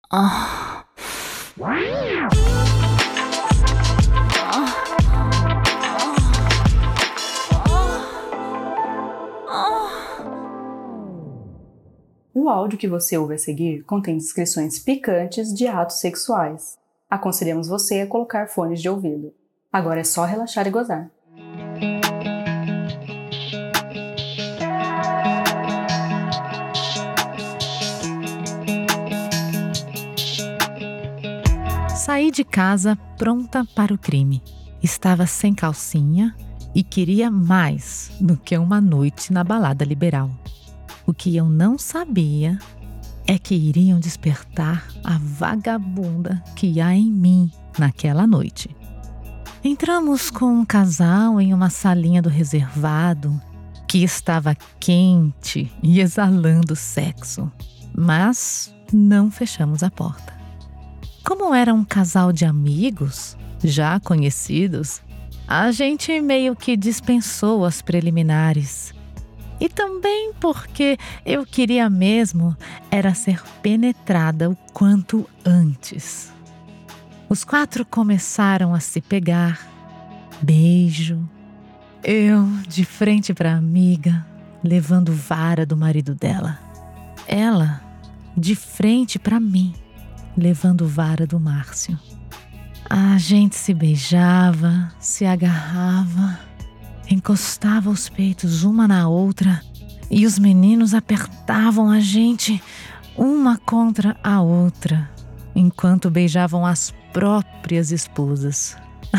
Ah. O áudio que você ouve a seguir contém descrições picantes de atos sexuais. Aconselhamos você a colocar fones de ouvido. Agora é só relaxar e gozar. Saí de casa pronta para o crime. Estava sem calcinha e queria mais do que uma noite na balada liberal. O que eu não sabia é que iriam despertar a vagabunda que há em mim naquela noite. Entramos com um casal em uma salinha do reservado que estava quente e exalando sexo, mas não fechamos a porta. Como era um casal de amigos, já conhecidos, a gente meio que dispensou as preliminares. E também porque eu queria mesmo era ser penetrada o quanto antes. Os 4 começaram a se pegar, beijo. Eu de frente para a amiga, levando vara do marido dela. Ela de frente para mim, levando vara do Márcio. A gente se beijava, se agarrava, encostava os peitos uma na outra e os meninos apertavam a gente uma contra a outra, enquanto beijavam as próprias esposas.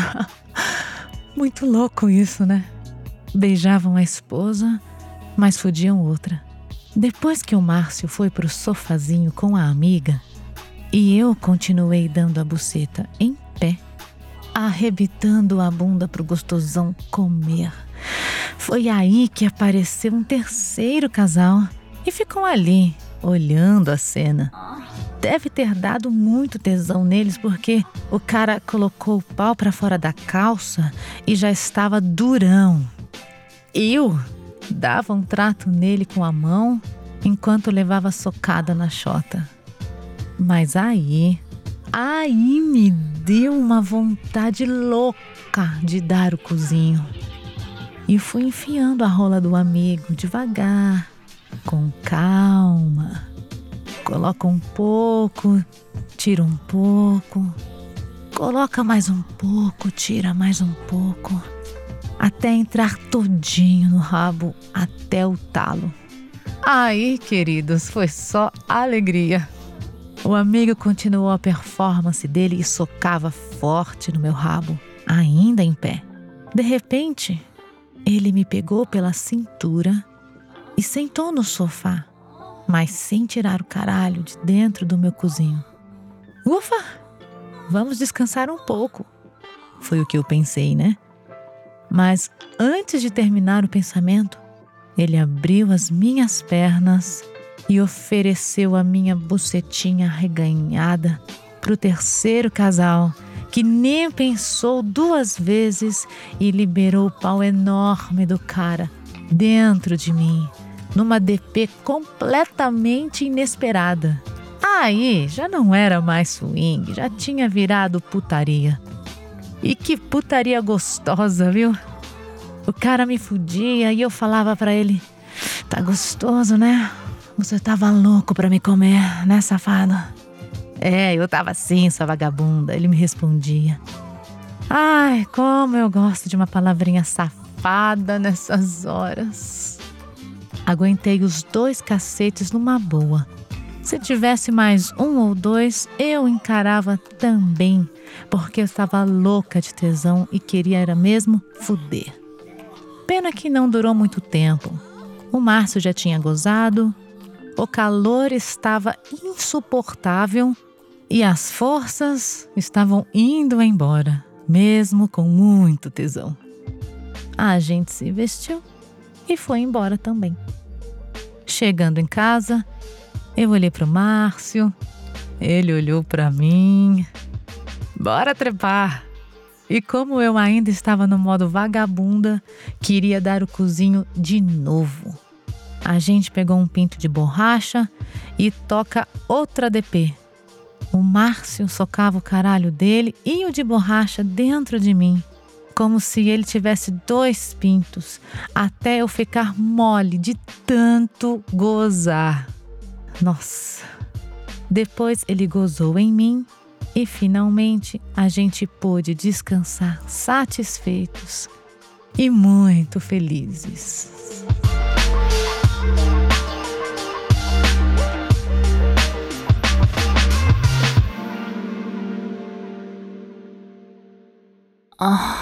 Muito louco isso, né? Beijavam a esposa, mas fodiam outra. Depois que o Márcio foi pro sofazinho com a amiga, e eu continuei dando a buceta em pé, arrebitando a bunda pro gostosão comer. Foi aí que apareceu um terceiro casal e ficou ali, olhando a cena. Deve ter dado muito tesão neles porque o cara colocou o pau pra fora da calça e já estava durão. Eu dava um trato nele com a mão enquanto levava socada na chota. Mas aí me deu uma vontade louca de dar o cozinho. E fui enfiando a rola do amigo devagar, com calma. Coloca um pouco, tira um pouco. Coloca mais um pouco, tira mais um pouco. Até entrar todinho no rabo, até o talo. Aí, queridos, foi só alegria. O amigo continuou a performance dele e socava forte no meu rabo, ainda em pé. De repente, ele me pegou pela cintura e sentou no sofá, mas sem tirar o caralho de dentro do meu cozinho. Ufa! Vamos descansar um pouco. Foi o que eu pensei, né? Mas antes de terminar o pensamento, ele abriu as minhas pernas e ofereceu a minha bucetinha arreganhada pro terceiro casal, que nem pensou 2 vezes e liberou o pau enorme do cara dentro de mim, numa DP completamente inesperada. Aí já não era mais swing, já tinha virado putaria. E que putaria gostosa, viu? O cara me fudia e eu falava pra ele: tá gostoso, né? Você tava louco pra me comer, né, safado? É, eu tava assim, sua vagabunda. Ele me respondia. Ai, como eu gosto de uma palavrinha safada nessas horas. Aguentei os 2 cacetes numa boa. Se tivesse mais 1 ou 2, eu encarava também, porque eu estava louca de tesão e queria era mesmo fuder. Pena que não durou muito tempo. O Márcio já tinha gozado, o calor estava insuportável e as forças estavam indo embora, mesmo com muito tesão. A gente se vestiu e foi embora também. Chegando em casa, eu olhei para o Márcio, ele olhou para mim. Bora trepar! E como eu ainda estava no modo vagabunda, queria dar o cozinho de novo. A gente pegou um pinto de borracha e toca outra DP. O Márcio socava o caralho dele e o de borracha dentro de mim, como se ele tivesse 2 pintos, até eu ficar mole de tanto gozar. Nossa! Depois ele gozou em mim e finalmente a gente pôde descansar satisfeitos e muito felizes. Ah.